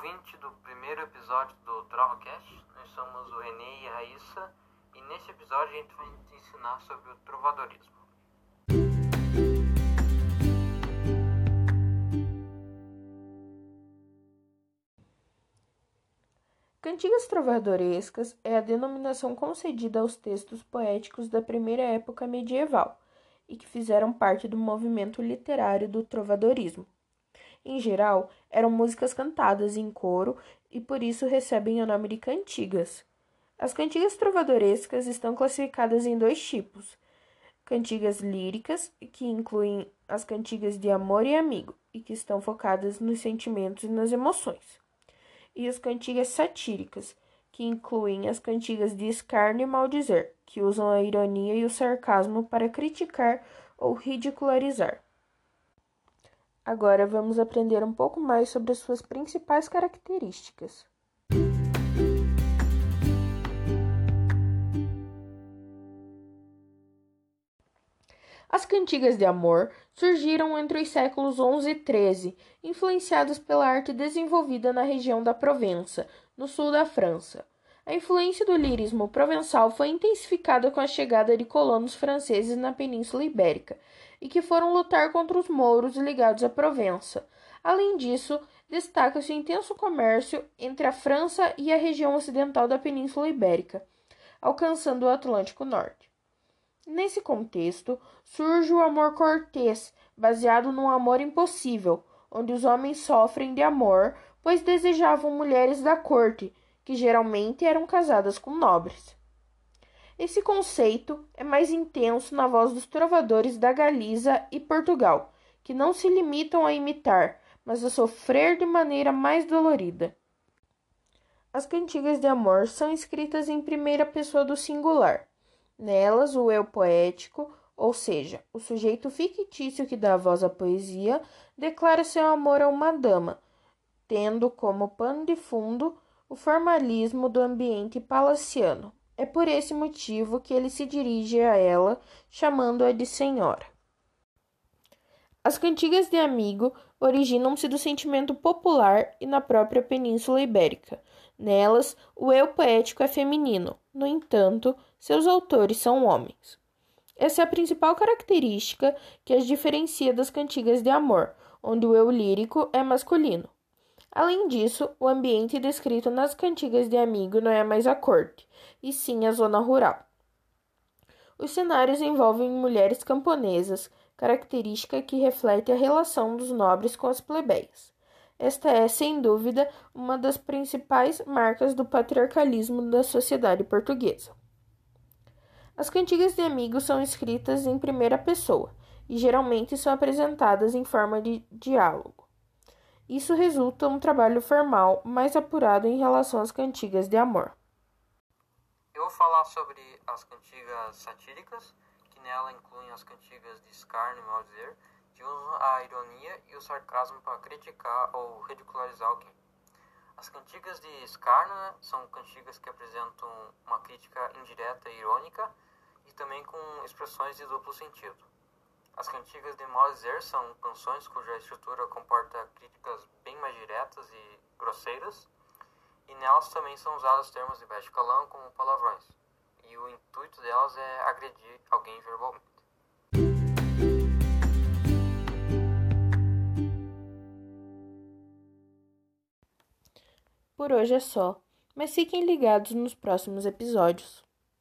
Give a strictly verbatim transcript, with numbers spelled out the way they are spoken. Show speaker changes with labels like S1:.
S1: ouvinte do primeiro episódio do TrovaCast. Nós somos o Renê e a Raíssa, e nesse episódio a gente vai te ensinar sobre o trovadorismo.
S2: Cantigas trovadorescas é a denominação concedida aos textos poéticos da primeira época medieval e que fizeram parte do movimento literário do trovadorismo. Em geral, eram músicas cantadas em coro e por isso recebem o nome de cantigas. As cantigas trovadorescas estão classificadas em dois tipos: cantigas líricas, que incluem as cantigas de amor e amigo e que estão focadas nos sentimentos e nas emoções, e as cantigas satíricas, que incluem as cantigas de escárnio e maldizer, que usam a ironia e o sarcasmo para criticar ou ridicularizar. Agora vamos aprender um pouco mais sobre as suas principais características. As cantigas de amor surgiram entre os séculos onze e treze, influenciadas pela arte desenvolvida na região da Provença, no sul da França. A influência do lirismo provençal foi intensificada com a chegada de colonos franceses na Península Ibérica, e que foram lutar contra os mouros ligados à Provença. Além disso, destaca-se o intenso comércio entre a França e a região ocidental da Península Ibérica, alcançando o Atlântico Norte. Nesse contexto, surge o amor cortês, baseado num amor impossível, onde os homens sofrem de amor, pois desejavam mulheres da corte, que geralmente eram casadas com nobres. Esse conceito é mais intenso na voz dos trovadores da Galiza e Portugal, que não se limitam a imitar, mas a sofrer de maneira mais dolorida. As cantigas de amor são escritas em primeira pessoa do singular. Nelas, o eu poético, ou seja, o sujeito fictício que dá voz à poesia, declara seu amor a uma dama, tendo como pano de fundo o formalismo do ambiente palaciano. É por esse motivo que ele se dirige a ela, chamando-a de senhora. As cantigas de amigo originam-se do sentimento popular e na própria Península Ibérica. Nelas, o eu poético é feminino, no entanto, seus autores são homens. Essa é a principal característica que as diferencia das cantigas de amor, onde o eu lírico é masculino. Além disso, o ambiente descrito nas cantigas de amigo não é mais a corte, e sim a zona rural. Os cenários envolvem mulheres camponesas, característica que reflete a relação dos nobres com as plebeias. Esta é, sem dúvida, uma das principais marcas do patriarcalismo da sociedade portuguesa. As cantigas de amigo são escritas em primeira pessoa e geralmente são apresentadas em forma de diálogo. Isso resulta um trabalho formal mais apurado em relação às cantigas de amor.
S1: Eu vou falar sobre as cantigas satíricas, que nela incluem as cantigas de escárnio e maldizer, que usam a ironia e o sarcasmo para criticar ou ridicularizar alguém. As cantigas de escárnio, né, são cantigas que apresentam uma crítica indireta e irônica e também com expressões de duplo sentido. As cantigas de maldizer são canções cuja estrutura comporta críticas bem mais diretas e grosseiras, e nelas também são usados termos de baixo calão como palavrões, e o intuito delas é agredir alguém verbalmente.
S2: Por hoje é só, mas fiquem ligados nos próximos episódios.